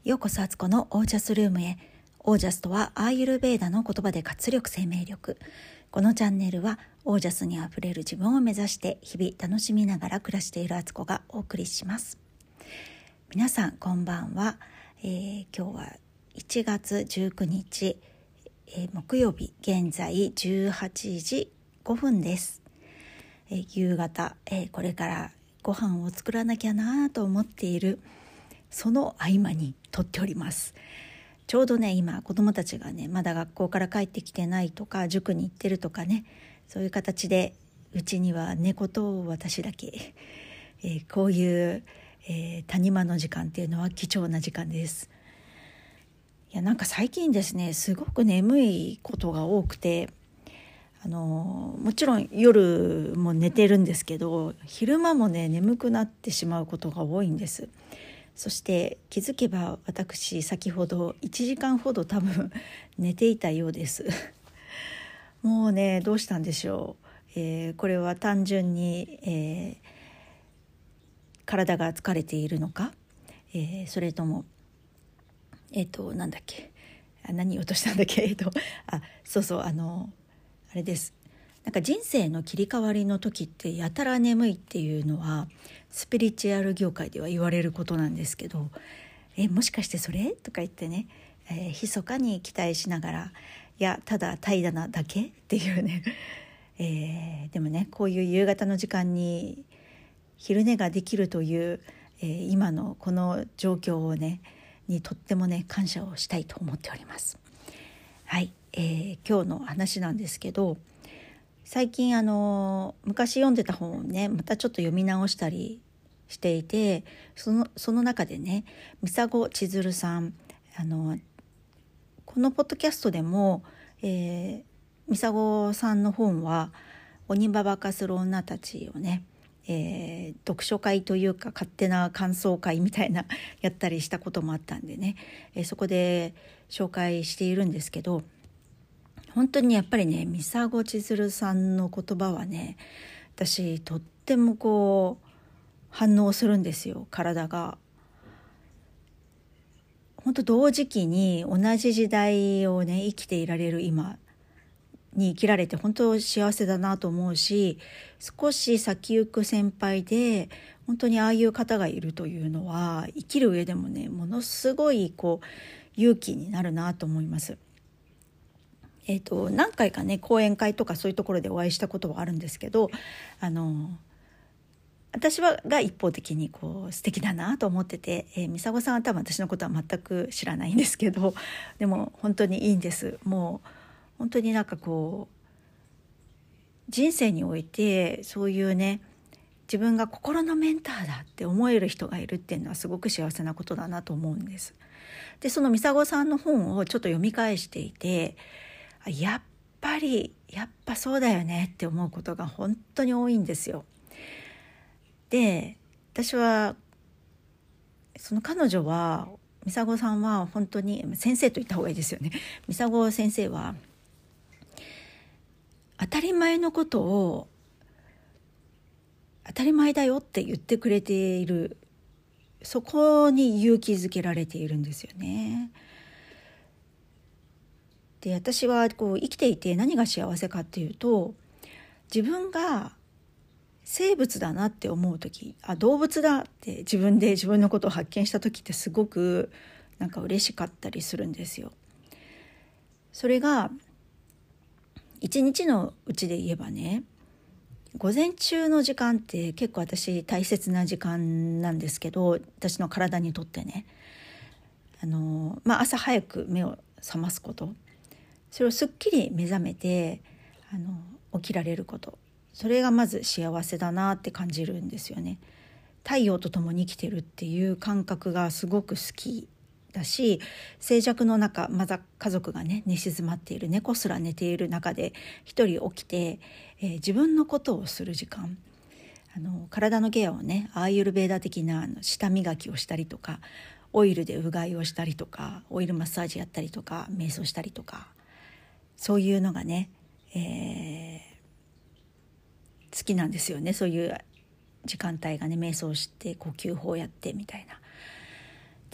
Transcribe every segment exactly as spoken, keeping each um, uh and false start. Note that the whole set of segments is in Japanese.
ようこそアツコのオージャスルームへ。オージャスとはアーユルヴェーダの言葉で活力、生命力。このチャンネルはオージャスにあふれる自分を目指して日々楽しみながら暮らしているアツコがお送りします。皆さんこんばんは、えー、今日はいちがつじゅうくにち、えー、木曜日、現在じゅうはちじごふんです。えー、夕方、えー、これからご飯を作らなきゃなと思っているその合間に撮っております。ちょうどね、今子どもたちがねまだ学校から帰ってきてないとか、塾に行ってるとかね、そういう形でうちには猫と私だけ、えー、こういう、えー、谷間の時間っていうのは貴重な時間です。いや、なんか最近ですね、すごく眠いことが多くて、あのもちろん夜も寝てるんですけど、昼間もね眠くなってしまうことが多いんです。そして気づけば私先ほどいちじかんほど多分寝ていたようですもうね、どうしたんでしょう、えー、これは単純に、えー、体が疲れているのか、えー、それともえっ、ー、となんだっけあ何言おうとしたんだっけえっとあそうそうあのあれです。なんか人生の切り替わりの時ってやたら眠いっていうのはスピリチュアル業界では言われることなんですけど、えもしかしてそれとか言ってね、えー、密かに期待しながら、いやただ怠惰なだけっていうね、えー、でもね、こういう夕方の時間に昼寝ができるという、えー、今のこの状況をねにとってもね感謝をしたいと思っております。はい、えー、今日の話なんですけど、最近あの昔読んでた本をねまたちょっと読み直したりしていて、そのその中でね、三佐子千鶴さん、あのこのポッドキャストでも、えー、三佐子さんの本は鬼ババ化する女たちをね、えー、読書会というか勝手な感想会みたいなやったりしたこともあったんでね、えー、そこで紹介しているんですけど、本当にやっぱりね、三佐子千鶴さんの言葉はね、私とってもこう反応するんですよ、体が。本当同時期に同じ時代をね生きていられる今に生きられて本当幸せだなと思うし、少し先行く先輩で本当にああいう方がいるというのは生きる上でもねものすごいこう勇気になるなと思います。えーと、何回かね講演会とかそういうところでお会いしたことはあるんですけど、あの私はが一方的にこう素敵だなと思ってて、えー、三佐子さんは多分私のことは全く知らないんですけど、でも本当にいいんです。もう本当になんかこう人生においてそういうね、自分が心のメンターだって思える人がいるっていうのはすごく幸せなことだなと思うんです。でその三佐子さんの本をちょっと読み返していて、やっぱりやっぱそうだよねって思うことが本当に多いんですよ。で私はその彼女は三佐子さんは本当に先生と言った方がいいですよね。三佐子先生は当たり前のことを当たり前だよって言ってくれている、そこに勇気づけられているんですよね。で私はこう生きていて何が幸せかっていうと、自分が生物だなって思う時、あ動物だって自分で自分のことを発見した時ってすごくなんか嬉しかったりするんですよ。それが一日のうちで言えばね、午前中の時間って結構私大切な時間なんですけど、私の体にとってね、あの、まあ、朝早く目を覚ますこと、それをすっきり目覚めてあの起きられること、それがまず幸せだなって感じるんですよね。太陽と共に生きてるっていう感覚がすごく好きだし、静寂の中、まだ家族がね寝静まっている、猫すら寝ている中で一人起きて、えー、自分のことをする時間、あの体のケアをねアーユルヴェーダ的なあの舌磨きをしたりとか、オイルでうがいをしたりとか、オイルマッサージやったりとか、瞑想したりとか、そういうのがね、えー好きなんですよね。そういう時間帯がね、瞑想して呼吸法やってみたいな。で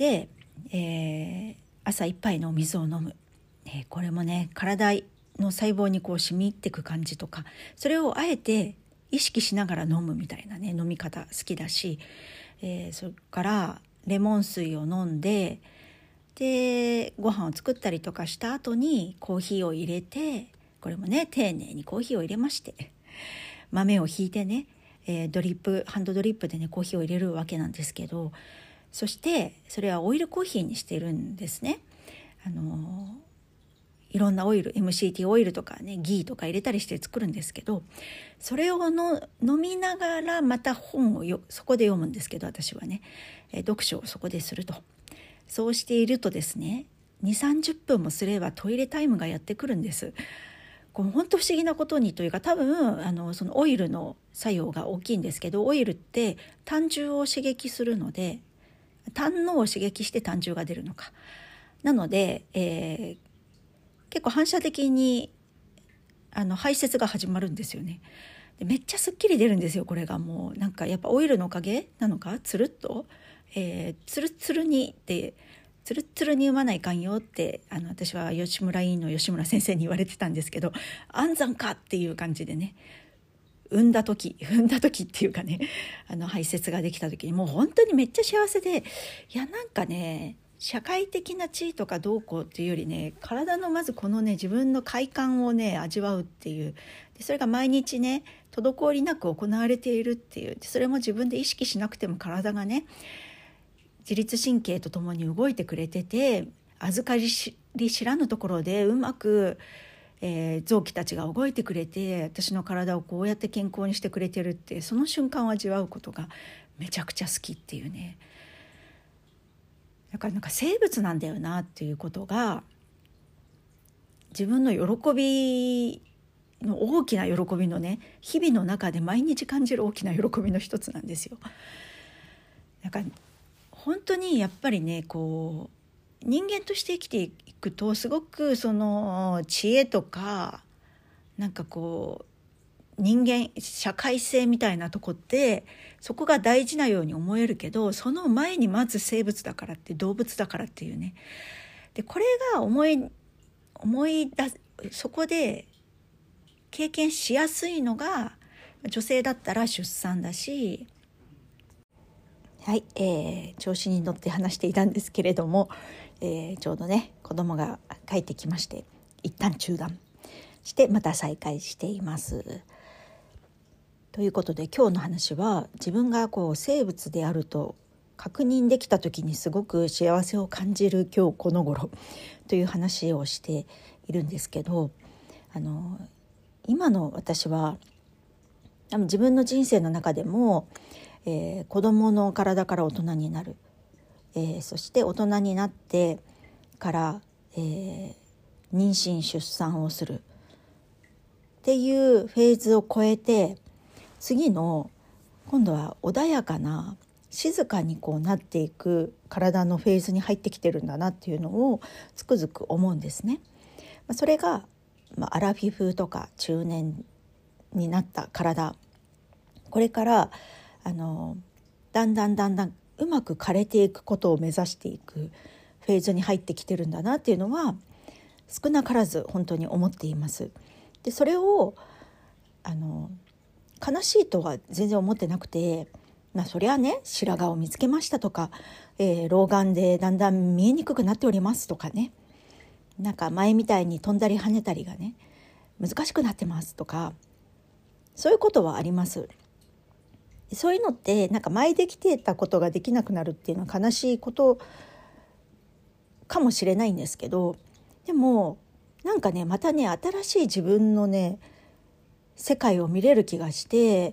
えー、朝一杯のお水を飲む、えー、これもね体の細胞にこう染み入っていく感じとか、それをあえて意識しながら飲むみたいなね飲み方好きだし、えー、それからレモン水を飲んで、でご飯を作ったりとかした後にコーヒーを入れて、これもね丁寧にコーヒーを入れまして、豆をひいてね、えー、ドリップハンドドリップでねコーヒーを入れるわけなんですけど、そしてそれはオイルコーヒーにしてるんですね。あのいろんなオイル エムシーティー オイルとかねギーとか入れたりして作るんですけど、それをの飲みながらまた本をよそこで読むんですけど、私はね、えー、読書をそこですると。そうしているとですね、にじゅうさんじゅっぷんもすればトイレタイムがやってくるんです。これ本当不思議なことにというか、多分あのそのオイルの作用が大きいんですけど、オイルって胆汁を刺激するので、胆のを刺激して胆汁が出るのかなので、えー、結構反射的にあの排泄が始まるんですよね。でめっちゃすっきり出るんですよ。これがもうなんかやっぱオイルのおかげなのか、つるっと、えー、つるつるにってつるつるに産まないかんよってあの私は吉村医院の吉村先生に言われてたんですけど、安産かっていう感じでね、産んだ時産んだ時っていうかね、あの排泄ができた時にもう本当にめっちゃ幸せで、いやなんかね社会的な地位とかどうこうっていうよりね、体のまずこのね自分の快感をね味わうっていう、でそれが毎日ね滞りなく行われているっていう、でそれも自分で意識しなくても体がね自律神経とともに動いてくれてて、預かり知らぬところでうまく、えー、臓器たちが動いてくれて、私の体をこうやって健康にしてくれてるって、その瞬間を味わうことがめちゃくちゃ好きっていうね。だからなんか生物なんだよなっていうことが、自分の喜びの大きな喜びのね、日々の中で毎日感じる大きな喜びの一つなんですよ。なんか本当にやっぱりね、こう人間として生きていくとすごくその知恵とかなんかこう人間社会性みたいなとこってそこが大事なように思えるけど、その前にまず生物だからって、動物だからっていうね。でこれが思い思い出そこで経験しやすいのが女性だったら出産だし、はい、えー、調子に乗って話していたんですけれども、えー、ちょうどね子供が帰ってきまして、一旦中断してまた再開しています。ということで今日の話は、自分がこう生物であると確認できた時にすごく幸せを感じる今日この頃という話をしているんですけど、あの今の私は自分の人生の中でも、えー、子どもの体から大人になる、えー、そして大人になってから、えー、妊娠出産をするっていうフェーズを超えて、次の今度は穏やかな静かにこうなっていく体のフェーズに入ってきてるんだなっていうのをつくづく思うんですね。それが、まあ、アラフィフとか中年になった体、これからあのだんだんだんだんうまく枯れていくことを目指していくフェーズに入ってきてるんだなっていうのは少なからず本当に思っています。でそれをあの悲しいとは全然思ってなくて、まあ、そりゃね白髪を見つけましたとか、えー、老眼でだんだん見えにくくなっておりますとかね、なんか前みたいに飛んだり跳ねたりがね難しくなってますとか、そういうことはあります。そういうのってなんか前できてたことができなくなるっていうのは悲しいことかもしれないんですけど、でもなんかねまたね新しい自分のね世界を見れる気がして、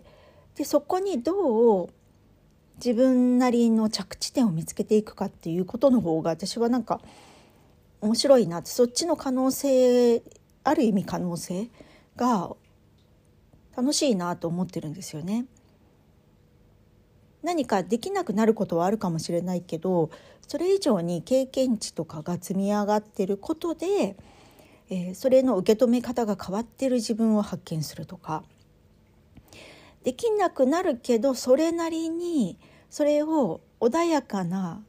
でそこにどう自分なりの着地点を見つけていくかっていうことの方が私はなんか面白いなって、そっちの可能性、ある意味可能性が楽しいなと思ってるんですよね。何かできなくなることはあるかもしれないけど、それ以上に経験値とかが積み上がってることで、えー、それの受け止め方が変わってる自分を発見するとか、できなくなるけどそれなりにそれを穏やかな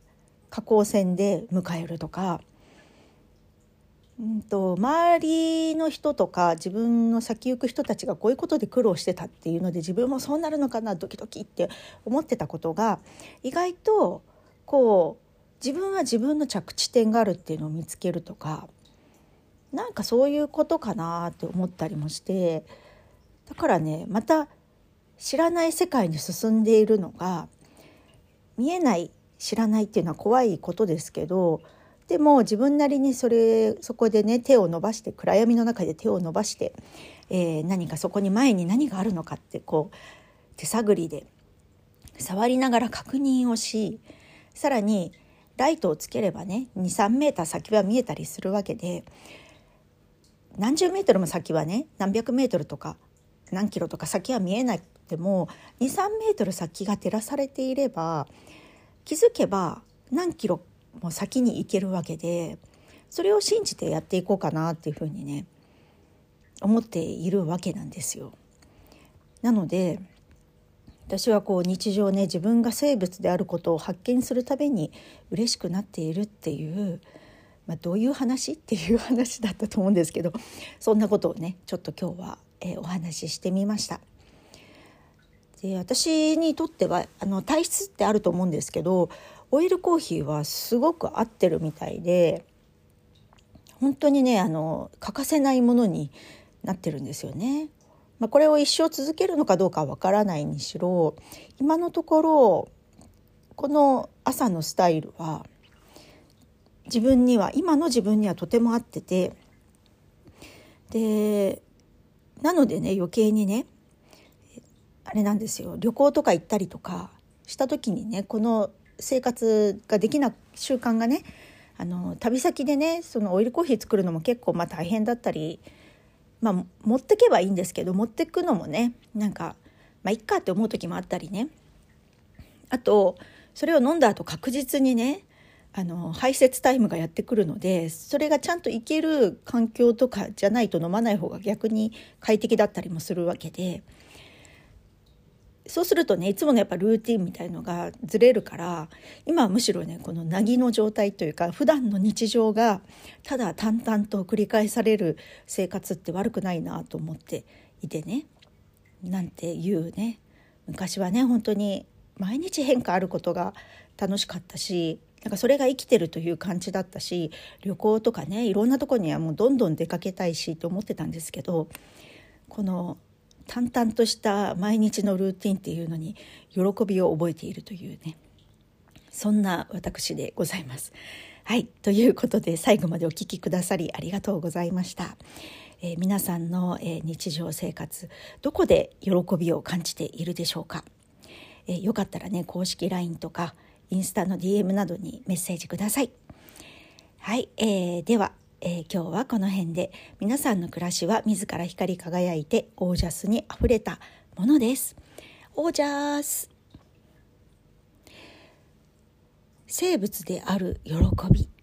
下降線で迎えるとか、うんと周りの人とか自分の先行く人たちがこういうことで苦労してたっていうので自分もそうなるのかなドキドキって思ってたことが意外とこう自分は自分の着地点があるっていうのを見つけるとか、なんかそういうことかなって思ったりもして、だからねまた知らない世界に進んでいるのが見えない、知らないっていうのは怖いことですけど、でも自分なりにそれそこでね手を伸ばして、暗闇の中で手を伸ばして、えー、何かそこに前に何があるのかってこう手探りで触りながら確認をし、さらにライトをつければね にさんメーター先は見えたりするわけで、何十メートルも先はね何百メートルとか何キロとか先は見えなくても にさんメートル先が照らされていれば気づけば何キロも先に行けるわけで、それを信じてやっていこうかなっていうふうにね思っているわけなんですよ。なので私はこう日常ね自分が生物であることを発見するたびに嬉しくなっているっていう、まあ、どういう話っていう話だったと思うんですけど、そんなことをねちょっと今日は、えー、お話ししてみました。で私にとってはあの体質ってあると思うんですけど、オイルコーヒーはすごく合ってるみたいで、本当にねあの欠かせないものになってるんですよね。まあ、これを一生続けるのかどうかはわからないにしろ、今のところこの朝のスタイルは自分には今の自分にはとても合ってて、でなのでね余計にねあれなんですよ、旅行とか行ったりとかした時にねこの生活ができな習慣がねあの旅先でねそのオイルコーヒー作るのも結構まあ大変だったり、まあ持ってけばいいんですけど持ってくのもねなんかまあいっかって思う時もあったりね、あとそれを飲んだ後確実にねあの排泄タイムがやってくるので、それがちゃんといける環境とかじゃないと飲まない方が逆に快適だったりもするわけで、そうするとねいつものやっぱルーティンみたいのがずれるから、今はむしろねこのなぎの状態というか普段の日常がただ淡々と繰り返される生活って悪くないなと思っていてね、なんていうね、昔はね本当に毎日変化あることが楽しかったし、なんかそれが生きてるという感じだったし、旅行とかねいろんなとこにはもうどんどん出かけたいしと思ってたんですけど、この淡々とした毎日のルーティンっていうのに喜びを覚えているというね、そんな私でございます。はい、ということで最後までお聞きくださりありがとうございました。えー、皆さんの、えー、日常生活どこで喜びを感じているでしょうか。えー、よかったらね公式 ライン とかインスタの ディーエム などにメッセージください。はい、えー、ではえー、今日はこの辺で、皆さんの暮らしは自ら光り輝いてオージャスにあふれたものです。オージャス、生物である喜び。